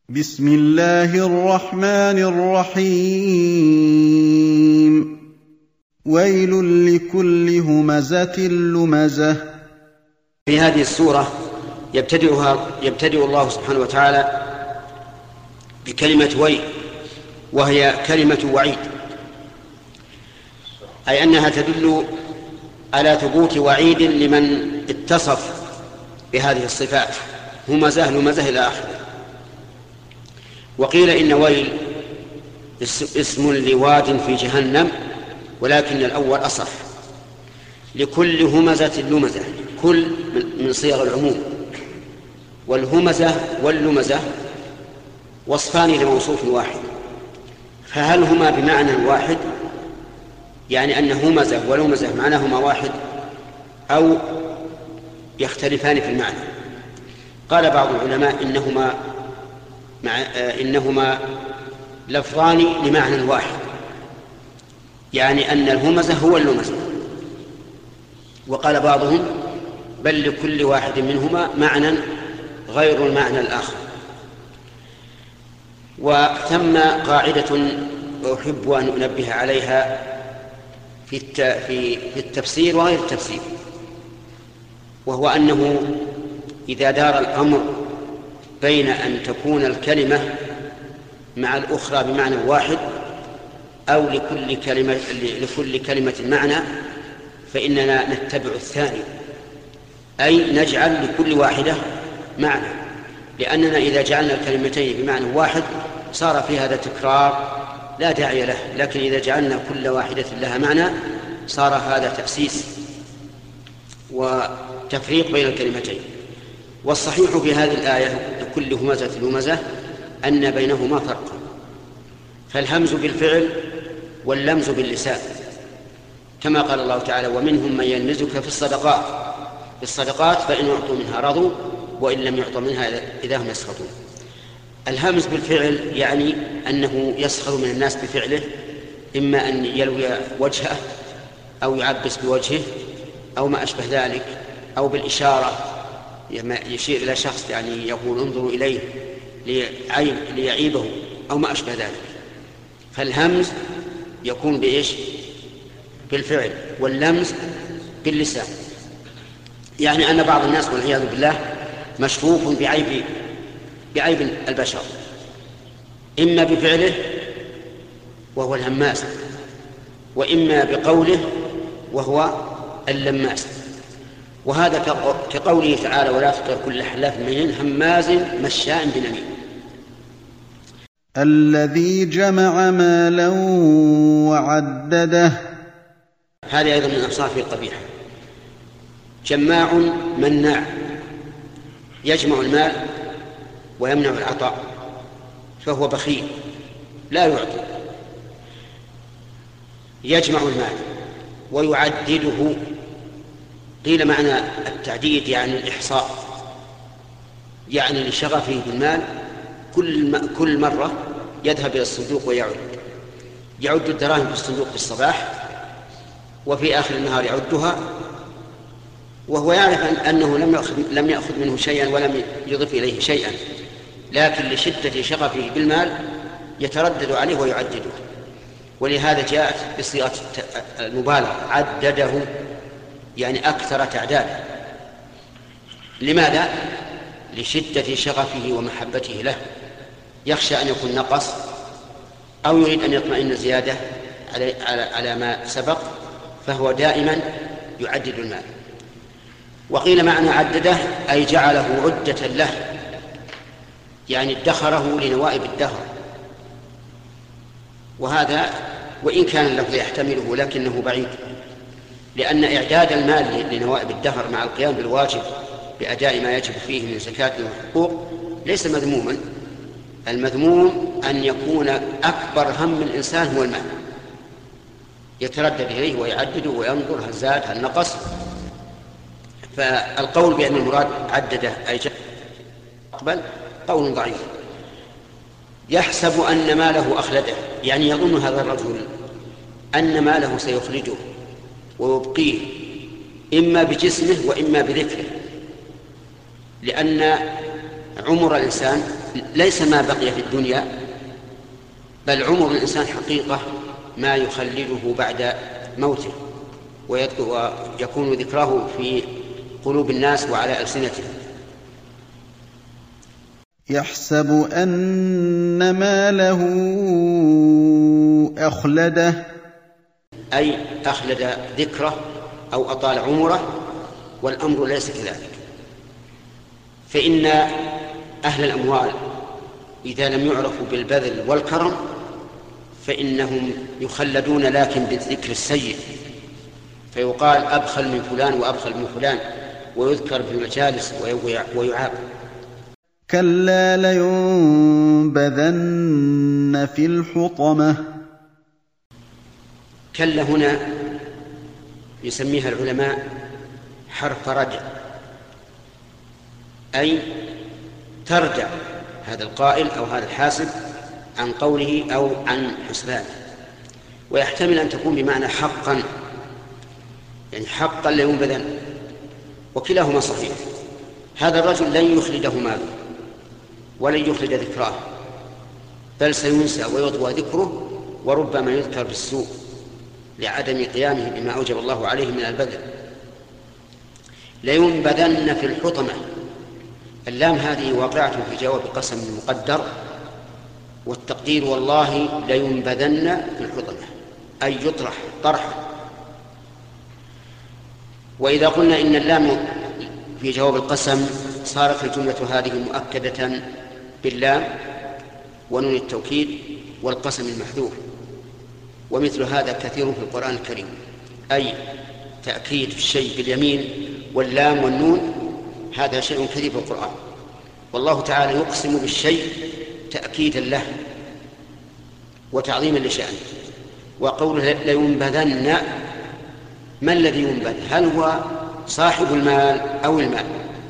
بسم الله الرحمن الرحيم ويل لكل همزة لمزة. في هذه السورة يبتدئ الله سبحانه وتعالى بكلمة ويل، وهي كلمة وعيد، أي أنها تدل على ثبوت وعيد لمن اتصف بهذه الصفات، همزة لمزة إلى آخره. وقيل إن ويل اسم لواد في جهنم، ولكن الأول أصح، لكل همزة لمزة، كل من صيغ العموم، والهمزة واللمزة وصفان لموصوف واحد، فهل هما بمعنى واحد، يعني أن همزة ولمزة معناهما واحد، أو يختلفان في المعنى؟ قال بعض العلماء إنهما لفظان لمعنى واحد، يعني أن الهمزة هو اللمزة. وقال بعضهم بل لكل واحد منهما معنى غير المعنى الآخر. وثم قاعدة أحب أن أنبه عليها في التفسير وغير التفسير، وهو أنه إذا دار الأمر بين أن تكون الكلمة مع الأخرى بمعنى واحد، أو لكل كلمة معنى، فإننا نتبع الثاني، أي نجعل لكل واحدة معنى، لأننا إذا جعلنا الكلمتين بمعنى واحد صار في هذا تكرار لا داعي له، لكن إذا جعلنا كل واحدة لها معنى صار هذا تأسيس وتفريق بين الكلمتين. والصحيح في هذه الآية لكل همزة لمزة أن بينهما فرقا، فالهمز بالفعل واللمز باللسان، كما قال الله تعالى ومنهم من يلمزك في الصدقات فإن أعطوا منها رضوا وإن لم يعطوا منها إذا هم يسخطون. الهمز بالفعل يعني أنه يسخر من الناس بفعله، إما أن يلوي وجهه أو يعبس بوجهه أو ما أشبه ذلك، أو بالإشارة يشير إلى شخص يعني يقول انظروا إليه ليعيبه أو ما أشبه ذلك. فالهمز يكون بإيش؟ بالفعل، واللمز باللسان. يعني أن بعض الناس والعياذ بالله مشفوف بعيب البشر، إما بفعله وهو الهماس، وإما بقوله وهو اللماس. وهذا كقوله تعالى ولا تطع كل حلاف مهين هماز مشاء بنميم. الذي جمع مالا وعدده، هذه أيضا من أوصافه القبيحة. جماع مناع، يجمع المال ويمنع العطاء، فهو بخيل لا يعطي. يجمع المال ويعدده، قيل معنى التعديد يعني الإحصاء، يعني لشغفه بالمال كل مرة يذهب إلى الصندوق يعد الدراهم في الصندوق في الصباح، وفي آخر النهار يعدها، وهو يعرف أنه لم يأخذ منه شيئا ولم يضف إليه شيئا، لكن لشدة شغفه بالمال يتردد عليه ويعدده. ولهذا جاءت بصيغة المبالغة عدده، يعني أكثر تعدادا. لماذا؟ لشدة شغفه ومحبته له، يخشى أن يكون نقص أو يريد أن يطمئن زيادة على ما سبق، فهو دائما يعدد المال. وقيل معنى عدده أي جعله عدة له، يعني ادخره لنوائب الدهر. وهذا وإن كان اللفظ يحتمله لكنه بعيد، لأن إعداد المال لنوائب الدهر مع القيام بالواجب بأداء ما يجب فيه من زكاة وحقوق ليس مذموما. المذموم أن يكون أكبر هم الإنسان هو المال، يتردد إليه ويعدده وينظر هل زاد هل نقص. فالقول بأن المراد عدده أي أقبل قول ضعيف. يحسب أن ماله أخلده، يعني يظن هذا الرجل أن ماله سيخلده ويبقيه إما بجسمه وإما بذكره، لأن عمر الإنسان ليس ما بقي في الدنيا، بل عمر الإنسان حقيقة ما يخلده بعد موته، ويكون ذكراه في قلوب الناس وعلى ألسنتهم. يحسب أن ماله أخلده، أي أخلد ذكره أو أطال عمره، والأمر ليس كذلك. فإن أهل الأموال إذا لم يعرفوا بالبذل والكرم فإنهم يخلدون، لكن بالذكر السيء، فيقال أبخل من فلان وأبخل من فلان، ويذكر في المجالس ويعاب. كلا لينبذن في الحطمة. كلا هنا يسميها العلماء حرف رجع، أي ترجع هذا القائل أو هذا الحاسب عن قوله أو عن حسبانه، ويحتمل أن تكون بمعنى حقا، يعني حقا لينبذن، وكلاهما صحيح. هذا الرجل لن يخلده ماله ولن يخلد ذكراه، بل سينسى ويطوى ذكره، وربما يذكر بالسوء لعدم قيامه بما أوجب الله عليه من البذل. لينبذن في الحطمة، اللام هذه واقعة في جواب قسم مقدر، والتقدير والله لينبذن في الحطمة، أي يطرح طرحا. وإذا قلنا إن اللام في جواب القسم صارت الجملة هذه مؤكدة باللام ونون التوكيد والقسم المحذوف، ومثل هذا كثير في القرآن الكريم، أي تأكيد الشيء باليمين واللام والنون، هذا شيء كثير في القرآن. والله تعالى يقسم بالشيء تأكيدا له وتعظيما لشأنه. وقوله لينبذن، ما الذي ينبذ؟ هل هو صاحب المال أو المال؟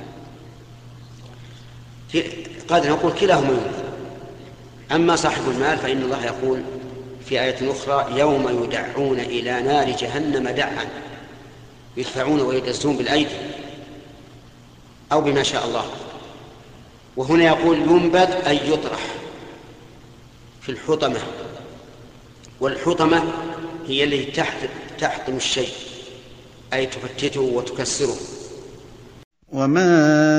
قد نقول كلاهما ينبذ. أما صاحب المال فإن الله يقول في آية أخرى يوم يدعون إلى نار جهنم دعا، يدفعون ويدسون بالأيدي أو بما شاء الله. وهنا يقول ينبذ أي يطرح في الحطمة، والحطمة هي التي تحطم الشيء، أي تفتته وتكسره. وما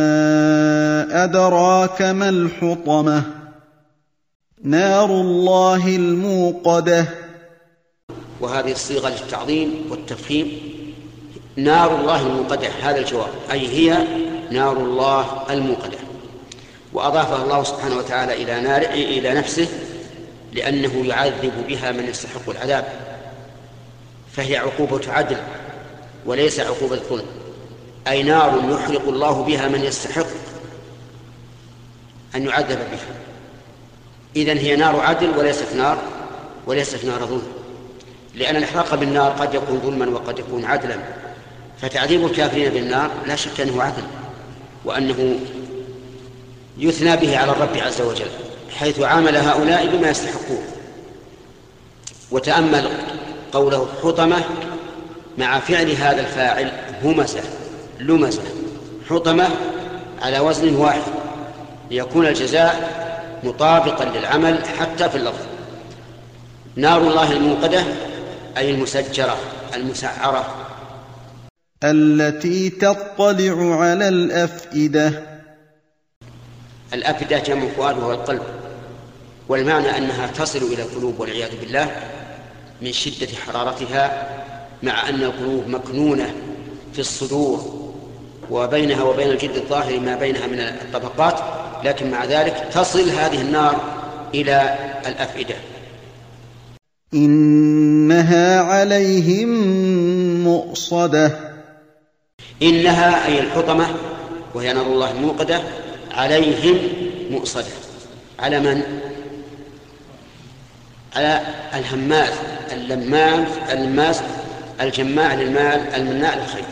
أدراك ما الحطمة، نار الله الموقدة. وهذه الصيغة للتعظيم والتفخيم، نار الله الموقدة، هذا الجواب، أي هي نار الله الموقدة. وأضافها الله سبحانه وتعالى إلى نفسه، لأنه يعذب بها من يستحق العذاب، فهي عقوبة عدل وليس عقوبة ظلم، أي نار يحرق الله بها من يستحق أن يعذب بها. إذن هي نار عدل وليست نار ظلم، لأن الإحراق بالنار قد يكون ظلما وقد يكون عدلا، فتعذيب الكافرين بالنار لا شك أنه عدل، وأنه يثنى به على الرب عز وجل، حيث عامل هؤلاء بما يستحقون. وتأمل قوله حطمة مع فعل هذا الفاعل همزة لمزة، حطمة على وزن واحد، ليكون الجزاء مطابقا للعمل حتى في اللفظ. نار الله الموقدة أي المسجرة المسعرة، التي تطلع على الأفئدة. الأفئدة جمع فؤاد وهو القلب، والمعنى أنها تصل إلى القلوب والعياذ بالله من شدة حرارتها، مع أن القلوب مكنونة في الصدور وبينها وبين الجلد الظاهر ما بينها من الطبقات، لكن مع ذلك تصل هذه النار إلى الأفئدة. إنها عليهم مؤصدة. إنها أي الحطمة وهي نار الله الموقدة عليهم مؤصدة. على من؟ على الهماز اللماز الماس الجماع للمال المناع للخير.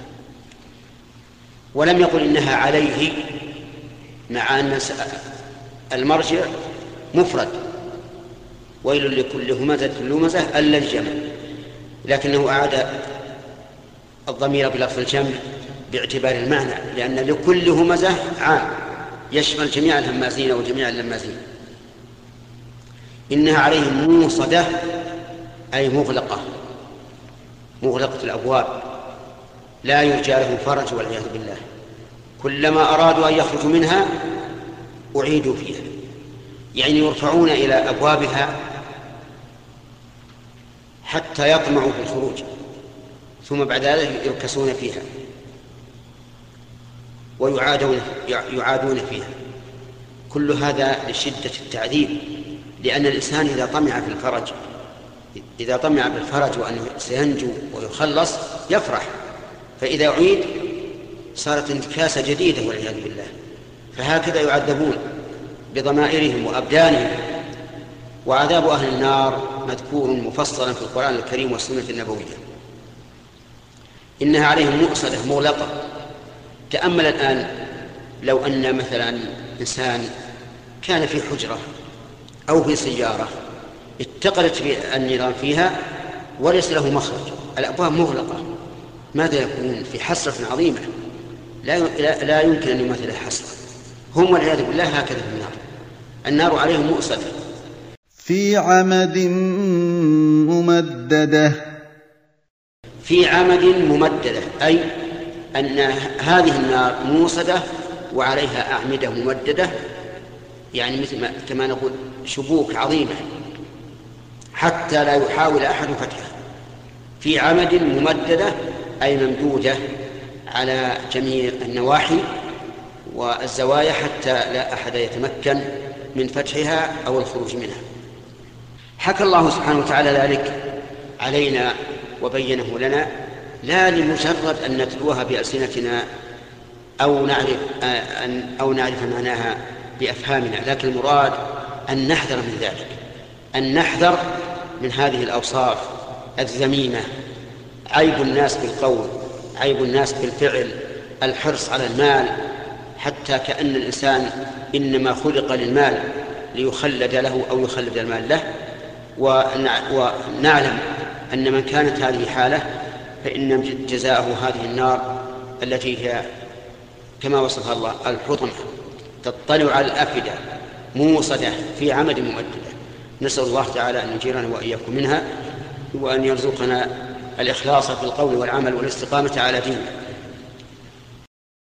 ولم يقل إنها عليه، مع أن المرجع مفرد، ويل لكل همزة لمزة ألا الجمع، لكنه أعاد الضمير بلفظ الجمع باعتبار المعنى، لأن لكل همزة عام يشمل جميع الهمازين وجميع اللمازين. إنها عليهم موصدة أي مغلقة الأبواب، لا يرجى لهم فرج والعياذ بالله. كلما أرادوا أن يخرجوا منها أعيدوا فيها، يعني يرفعون إلى أبوابها حتى يطمعوا في الخروج، ثم بعد ذلك يركسون فيها ويعادون فيها. كل هذا لشدة التعذيب، لأن الإنسان إذا طمع بالفرج وأنه سينجو ويخلص يفرح، فإذا أعيد صارت انتكاسة جديدة والعياذ بالله. فهكذا يعذبون بضمائرهم وأبدانهم. وعذاب أهل النار مذكور مفصلا في القرآن الكريم والسنة النبوية. إنها عليهم مؤصدة مغلقة. تأمل الآن لو أن مثلا إنسان كان في حجرة أو في سيارة اتقلت النيران فيها وليس له مخرج، الأبواب مغلقة، ماذا يكون؟ في حسرة عظيمة لا يمكن أن يمثل حسرة. هم والعياذ بالله هكذا في النار عليهم مؤصدة في عمد ممددة. في عمد ممددة أي أن هذه النار موصدة وعليها أعمدة ممددة، يعني مثل كما نقول شبوك عظيمة حتى لا يحاول أحد فتحها. في عمد ممددة أي ممدودة على جميع النواحي والزوايا حتى لا أحد يتمكن من فتحها أو الخروج منها. حكى الله سبحانه وتعالى ذلك علينا وبينه لنا لا لمجرد أن نتلوها بألسنتنا أو نعرف معناها بأفهامنا، لكن المراد أن نحذر من ذلك، أن نحذر من هذه الأوصاف الذميمة: عيب الناس بالقول، عيب الناس بالفعل، الحرص على المال، حتى كأن الإنسان إنما خلق للمال ليخلد له أو يخلد المال له. ونعلم أن من كانت هذه حالة فإن جزاءه هذه النار التي هي كما وصفها الله الحطمة، تطلع على الأفئدة، موصدة في عمد ممددة. نسأل الله تعالى أن يجيرنا وإياكم منها، وأن يرزقنا الإخلاص في القول والعمل والاستقامة على دينه.